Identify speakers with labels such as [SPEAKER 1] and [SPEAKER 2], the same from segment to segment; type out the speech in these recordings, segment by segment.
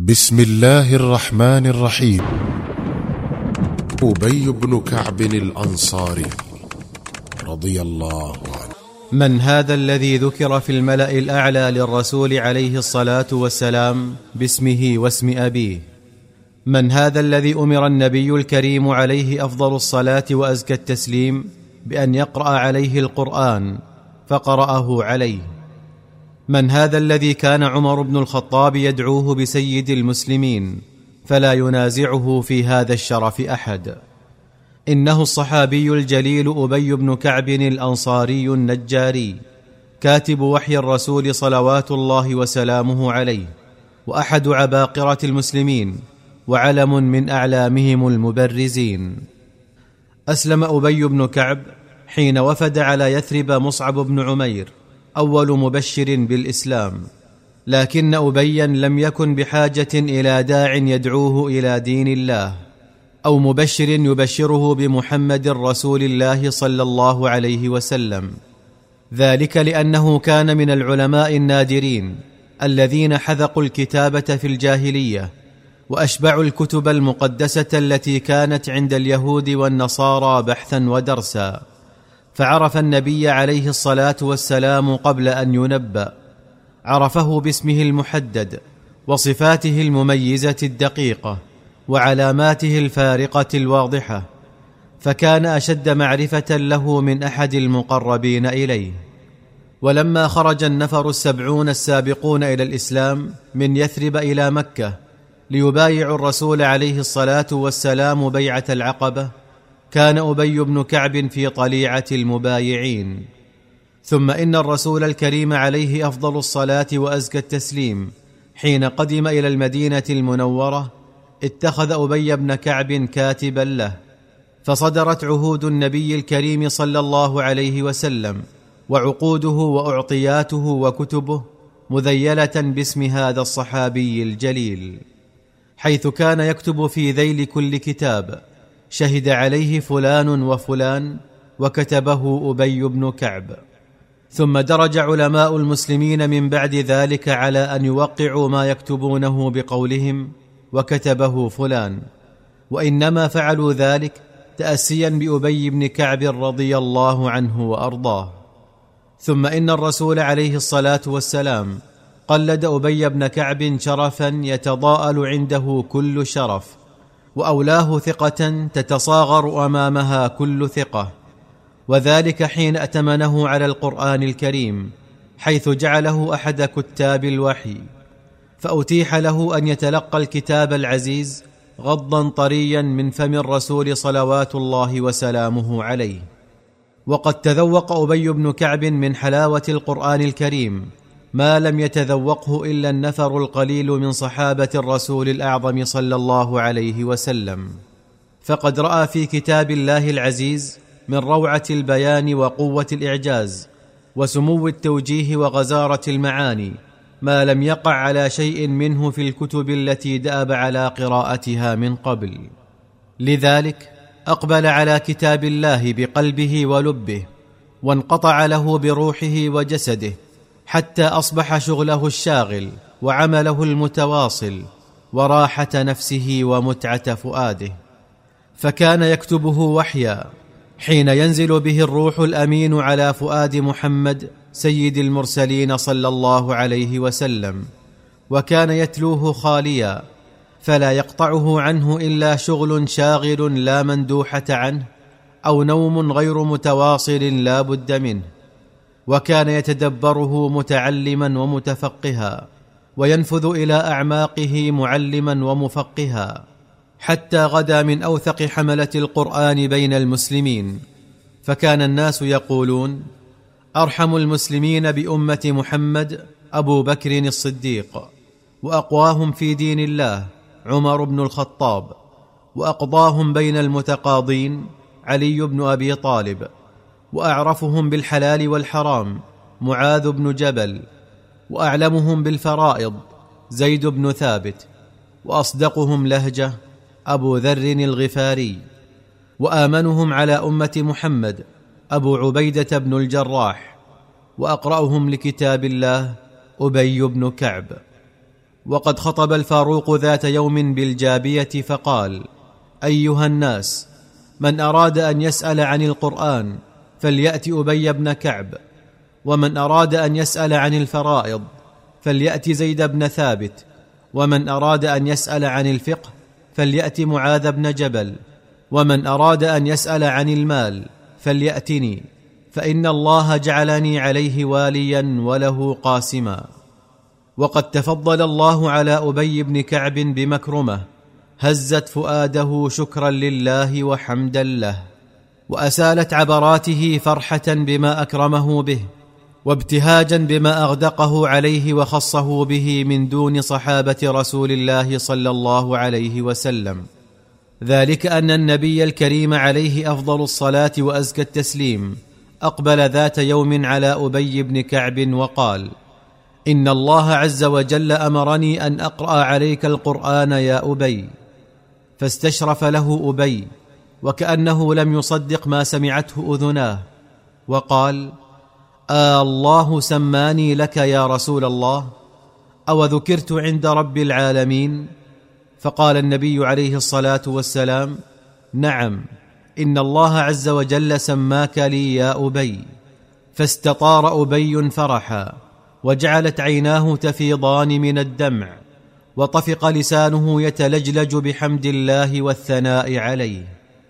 [SPEAKER 1] بسم الله الرحمن الرحيم. أبي بن كعب الأنصاري رضي الله عنه.
[SPEAKER 2] من هذا الذي ذكر في الملأ الأعلى للرسول عليه الصلاة والسلام باسمه واسم أبيه؟ من هذا الذي أمر النبي الكريم عليه أفضل الصلاة وأزكى التسليم بأن يقرأ عليه القرآن فقرأه عليه؟ من هذا الذي كان عمر بن الخطاب يدعوه بسيد المسلمين فلا ينازعه في هذا الشرف أحد؟ إنه الصحابي الجليل أبي بن كعب الأنصاري النجاري، كاتب وحي الرسول صلوات الله وسلامه عليه، وأحد عباقرة المسلمين، وعلم من أعلامهم المبرزين. أسلم أبي بن كعب حين وفد على يثرب مصعب بن عمير، أول مبشر بالإسلام، لكن أبيا لم يكن بحاجة إلى داع يدعوه إلى دين الله أو مبشر يبشره بمحمد رسول الله صلى الله عليه وسلم، ذلك لأنه كان من العلماء النادرين الذين حذقوا الكتابة في الجاهلية وأشبعوا الكتب المقدسة التي كانت عند اليهود والنصارى بحثا ودرسا، فعرف النبي عليه الصلاة والسلام قبل أن ينبأ، عرفه باسمه المحدد وصفاته المميزة الدقيقة وعلاماته الفارقة الواضحة، فكان أشد معرفة له من أحد المقربين إليه. ولما خرج النفر 70 السابقون إلى الإسلام من يثرب إلى مكة ليبايعوا الرسول عليه الصلاة والسلام بيعة العقبة، كان أبي بن كعب في طليعة المبايعين. ثم إن الرسول الكريم عليه أفضل الصلاة وأزكى التسليم حين قدم إلى المدينة المنورة اتخذ أبي بن كعب كاتبا له، فصدرت عهود النبي الكريم صلى الله عليه وسلم وعقوده وأعطياته وكتبه مذيلة باسم هذا الصحابي الجليل، حيث كان يكتب في ذيل كل كتاب: شهد عليه فلان وفلان وكتبه أبي بن كعب. ثم درج علماء المسلمين من بعد ذلك على أن يوقعوا ما يكتبونه بقولهم وكتبه فلان، وإنما فعلوا ذلك تأسيا بأبي بن كعب رضي الله عنه وأرضاه. ثم إن الرسول عليه الصلاة والسلام قلد أبي بن كعب شرفا يتضاءل عنده كل شرف، وأولاه ثقة تتصاغر أمامها كل ثقة، وذلك حين أتمنه على القرآن الكريم، حيث جعله أحد كتاب الوحي، فأتيح له أن يتلقى الكتاب العزيز غضا طريا من فم الرسول صلوات الله وسلامه عليه. وقد تذوق أبي بن كعب من حلاوة القرآن الكريم ما لم يتذوقه إلا النفر القليل من صحابة الرسول الأعظم صلى الله عليه وسلم، فقد رأى في كتاب الله العزيز من روعة البيان وقوة الإعجاز وسمو التوجيه وغزارة المعاني ما لم يقع على شيء منه في الكتب التي دأب على قراءتها من قبل. لذلك أقبل على كتاب الله بقلبه ولبه، وانقطع له بروحه وجسده، حتى أصبح شغله الشاغل وعمله المتواصل وراحة نفسه ومتعة فؤاده، فكان يكتبه وحيا حين ينزل به الروح الأمين على فؤاد محمد سيد المرسلين صلى الله عليه وسلم، وكان يتلوه خاليا فلا يقطعه عنه إلا شغل شاغل لا مندوحة عنه، أو نوم غير متواصل لا بد منه، وكان يتدبره متعلما ومتفقها، وينفذ إلى أعماقه معلما ومفقها، حتى غدا من أوثق حملة القرآن بين المسلمين، فكان الناس يقولون: أرحم المسلمين بأمة محمد أبو بكر الصديق، وأقواهم في دين الله عمر بن الخطاب، وأقضاهم بين المتقاضين علي بن أبي طالب، وأعرفهم بالحلال والحرام معاذ بن جبل، وأعلمهم بالفرائض زيد بن ثابت، وأصدقهم لهجة أبو ذر الغفاري، وآمنهم على أمة محمد أبو عبيدة بن الجراح، وأقرأهم لكتاب الله أبي بن كعب. وقد خطب الفاروق ذات يوم بالجابية فقال: أيها الناس، من أراد أن يسأل عن القرآن فليأت أبي بن كعب، ومن أراد أن يسأل عن الفرائض فليأت زيد بن ثابت، ومن أراد أن يسأل عن الفقه فليأت معاذ بن جبل، ومن أراد أن يسأل عن المال فليأتني، فإن الله جعلني عليه واليا وله قاسما. وقد تفضل الله على أبي بن كعب بمكرمة هزت فؤاده شكرا لله وحمدا له، وأسالت عبراته فرحة بما أكرمه به، وابتهاجا بما أغدقه عليه وخصه به من دون صحابة رسول الله صلى الله عليه وسلم، ذلك أن النبي الكريم عليه أفضل الصلاة وأزكى التسليم أقبل ذات يوم على أبي بن كعب وقال: إن الله عز وجل أمرني أن أقرأ عليك القرآن يا أبي. فاستشرف له أبي وكأنه لم يصدق ما سمعته أذناه، وقال: الله سماني لك يا رسول الله؟ أو ذكرت عند رب العالمين؟ فقال النبي عليه الصلاة والسلام: نعم، إن الله عز وجل سماك لي يا أبي. فاستطار أبي فرحا، وجعلت عيناه تفيضان من الدمع، وطفق لسانه يتلجلج بحمد الله والثناء عليه.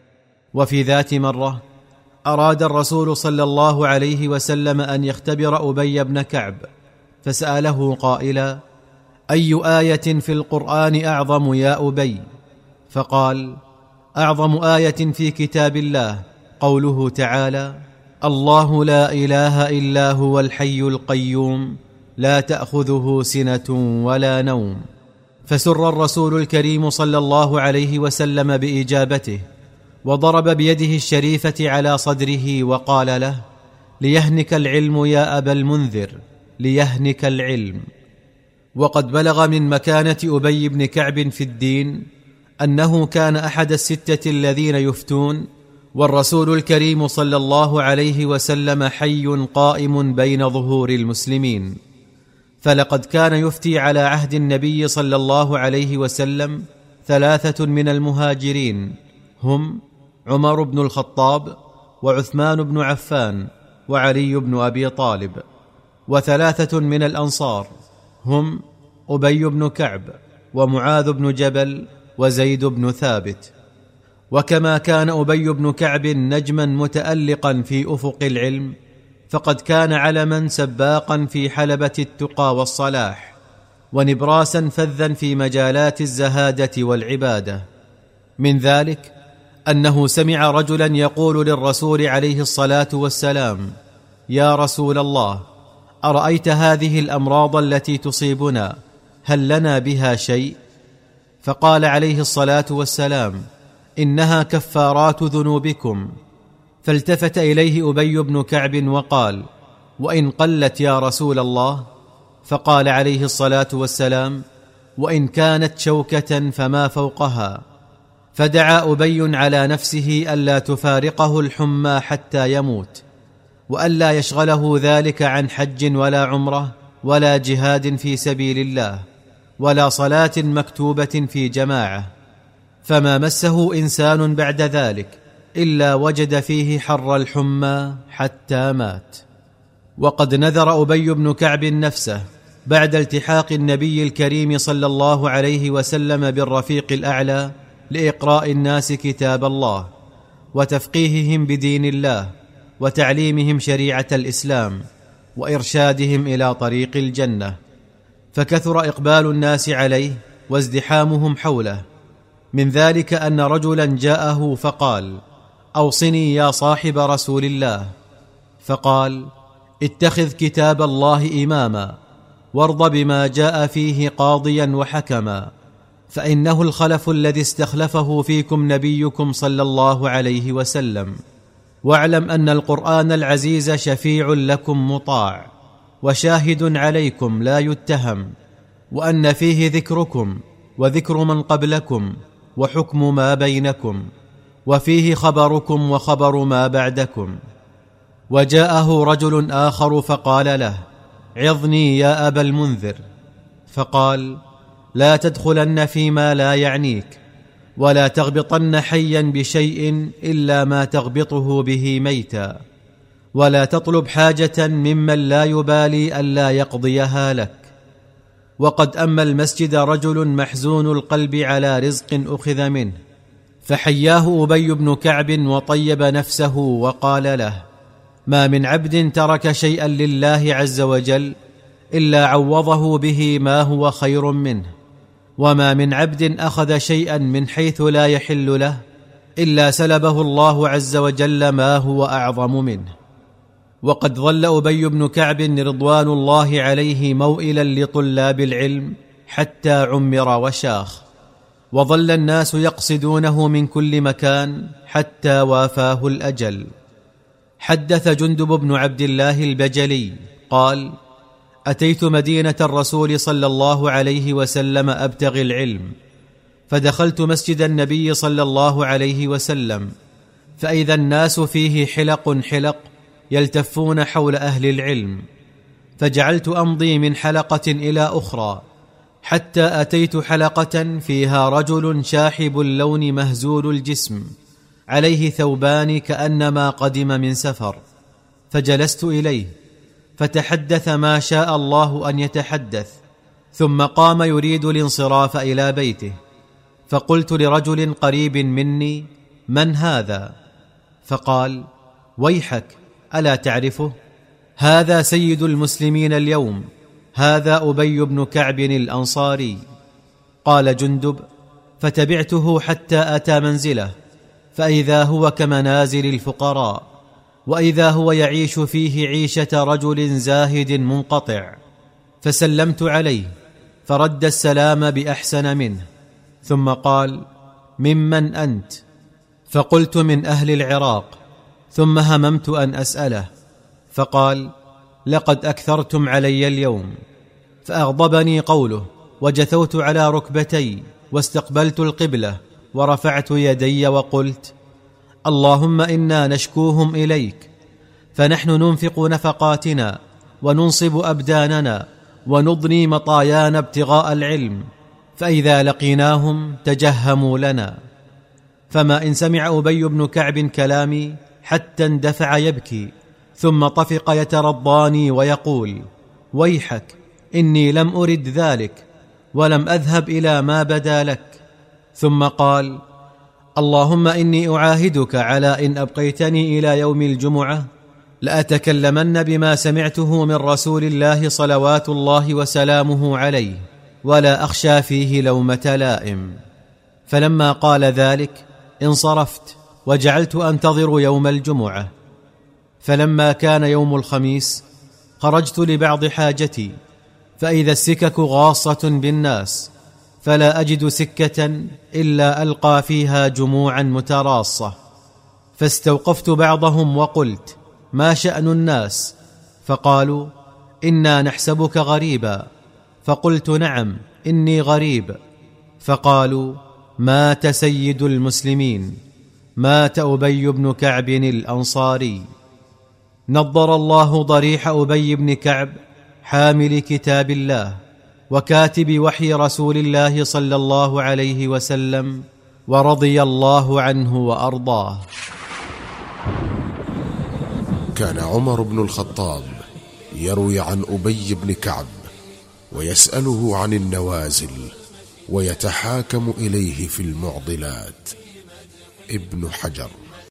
[SPEAKER 2] وفي ذات مرة أراد الرسول صلى الله عليه وسلم أن يختبر أبي بن كعب، فسأله قائلا: أي آية في القرآن أعظم يا أبي؟ فقال: أعظم آية في كتاب الله قوله تعالى: الله لا إله إلا هو الحي القيوم لا تأخذه سنة ولا نوم. فسر الرسول الكريم صلى الله عليه وسلم بإجابته، وضرب بيده الشريفة على صدره وقال له: ليهنك العلم يا أبا المنذر، ليهنك العلم. وقد بلغ من مكانة أبي بن كعب في الدين أنه كان أحد الستة الذين يفتون، والرسول الكريم صلى الله عليه وسلم حي قائم بين ظهور المسلمين. فلقد كان يفتي على عهد النبي صلى الله عليه وسلم 3 من المهاجرين، هم عمر بن الخطاب، وعثمان بن عفان، وعلي بن أبي طالب، و3 من الأنصار، هم أبي بن كعب، ومعاذ بن جبل، وزيد بن ثابت. وكما كان أبي بن كعب نجما متألقا في أفق العلم، فقد كان علما سباقا في حلبة التقى والصلاح، ونبراسا فذا في مجالات الزهادة والعبادة. من ذلك أنه سمع رجلا يقول للرسول عليه الصلاة والسلام: يا رسول الله، أرأيت هذه الأمراض التي تصيبنا، هل لنا بها شيء؟ فقال عليه الصلاة والسلام: إنها كفارات ذنوبكم. فالتفت إليه أبي بن كعب وقال: وإن قلت يا رسول الله؟ فقال عليه الصلاة والسلام: وإن كانت شوكة فما فوقها. فدعا أبي على نفسه ألا تفارقه الحمى حتى يموت، وألا يشغله ذلك عن حج ولا عمرة ولا جهاد في سبيل الله ولا صلاة مكتوبة في جماعة. فما مسه إنسان بعد ذلك إلا وجد فيه حر الحمى حتى مات. وقد نذر أبي بن كعب نفسه بعد التحاق النبي الكريم صلى الله عليه وسلم بالرفيق الأعلى لإقراء الناس كتاب الله، وتفقيههم بدين الله، وتعليمهم شريعة الإسلام، وإرشادهم إلى طريق الجنة. فكثر إقبال الناس عليه وازدحامهم حوله. من ذلك أن رجلا جاءه فقال: أوصني يا صاحب رسول الله. فقال: اتخذ كتاب الله إماما، وارض بما جاء فيه قاضيا وحكما، فإنه الخلف الذي استخلفه فيكم نبيكم صلى الله عليه وسلم. واعلم أن القرآن العزيز شفيع لكم مطاع، وشاهد عليكم لا يتهم، وأن فيه ذكركم وذكر من قبلكم وحكم ما بينكم، وفيه خبركم وخبر ما بعدكم. وجاءه رجل آخر فقال له: عظني يا أبا المنذر. فقال: لا تدخلن فيما لا يعنيك، ولا تغبطن حيا بشيء إلا ما تغبطه به ميتا، ولا تطلب حاجة ممن لا يبالي ألا يقضيها لك. وقد أما المسجد رجل محزون القلب على رزق أخذ منه، فحياه أبي بن كعب وطيب نفسه وقال له: ما من عبد ترك شيئا لله عز وجل إلا عوضه به ما هو خير منه، وما من عبد أخذ شيئا من حيث لا يحل له إلا سلبه الله عز وجل ما هو أعظم منه. وقد ظل أبي بن كعب رضوان الله عليه موئلا لطلاب العلم حتى عمر وشاخ، وظل الناس يقصدونه من كل مكان حتى وافاه الأجل. حدث جندب بن عبد الله البجلي قال: أتيت مدينة الرسول صلى الله عليه وسلم أبتغي العلم، فدخلت مسجد النبي صلى الله عليه وسلم، فإذا الناس فيه حلق حلق يلتفون حول أهل العلم، فجعلت أمضي من حلقة إلى أخرى حتى أتيت حلقة فيها رجل شاحب اللون مهزول الجسم، عليه ثوبان كأنما قدم من سفر، فجلست إليه فتحدث ما شاء الله أن يتحدث، ثم قام يريد الانصراف إلى بيته، فقلت لرجل قريب مني: من هذا؟ فقال: ويحك، ألا تعرفه؟ هذا سيد المسلمين اليوم، هذا أبي بن كعب الأنصاري. قال جندب: فتبعته حتى أتى منزله، فإذا هو كمنازل الفقراء، وإذا هو يعيش فيه عيشة رجل زاهد منقطع، فسلمت عليه فرد السلام بأحسن منه، ثم قال: ممن أنت؟ فقلت: من أهل العراق. ثم هممت أن أسأله، فقال: لقد أكثرتم علي اليوم. فأغضبني قوله، وجثوت على ركبتي واستقبلت القبلة ورفعت يدي وقلت: اللهم إنا نشكوهم إليك، فنحن ننفق نفقاتنا وننصب أبداننا ونضني مطايانا ابتغاء العلم، فإذا لقيناهم تجهموا لنا. فما إن سمع أبي بن كعب كلامي حتى اندفع يبكي، ثم طفق يترضاني ويقول: ويحك، إني لم أرد ذلك ولم أذهب إلى ما بدا لك. ثم قال: اللهم إني أعاهدك على إن أبقيتني إلى يوم الجمعة لأتكلمن بما سمعته من رسول الله صلوات الله وسلامه عليه، ولا أخشى فيه لومة لائم. فلما قال ذلك انصرفت وجعلت أنتظر يوم الجمعة. فلما كان يوم الخميس خرجت لبعض حاجتي، فإذا السكك غاصة بالناس، فلا أجد سكة إلا ألقى فيها جموعا متراصة، فاستوقفت بعضهم وقلت: ما شأن الناس؟ فقالوا: إنا نحسبك غريبا. فقلت: نعم، إني غريب. فقالوا: مات سيد المسلمين، مات أبي بن كعب الأنصاري. نضر الله ضريح أبي بن كعب حامل كتاب الله وكاتب وحي رسول الله صلى الله عليه وسلم، ورضي الله عنه وأرضاه.
[SPEAKER 1] كان عمر بن الخطاب يروي عن أبي بن كعب ويسأله عن النوازل ويتحاكم إليه في المعضلات. ابن حجر.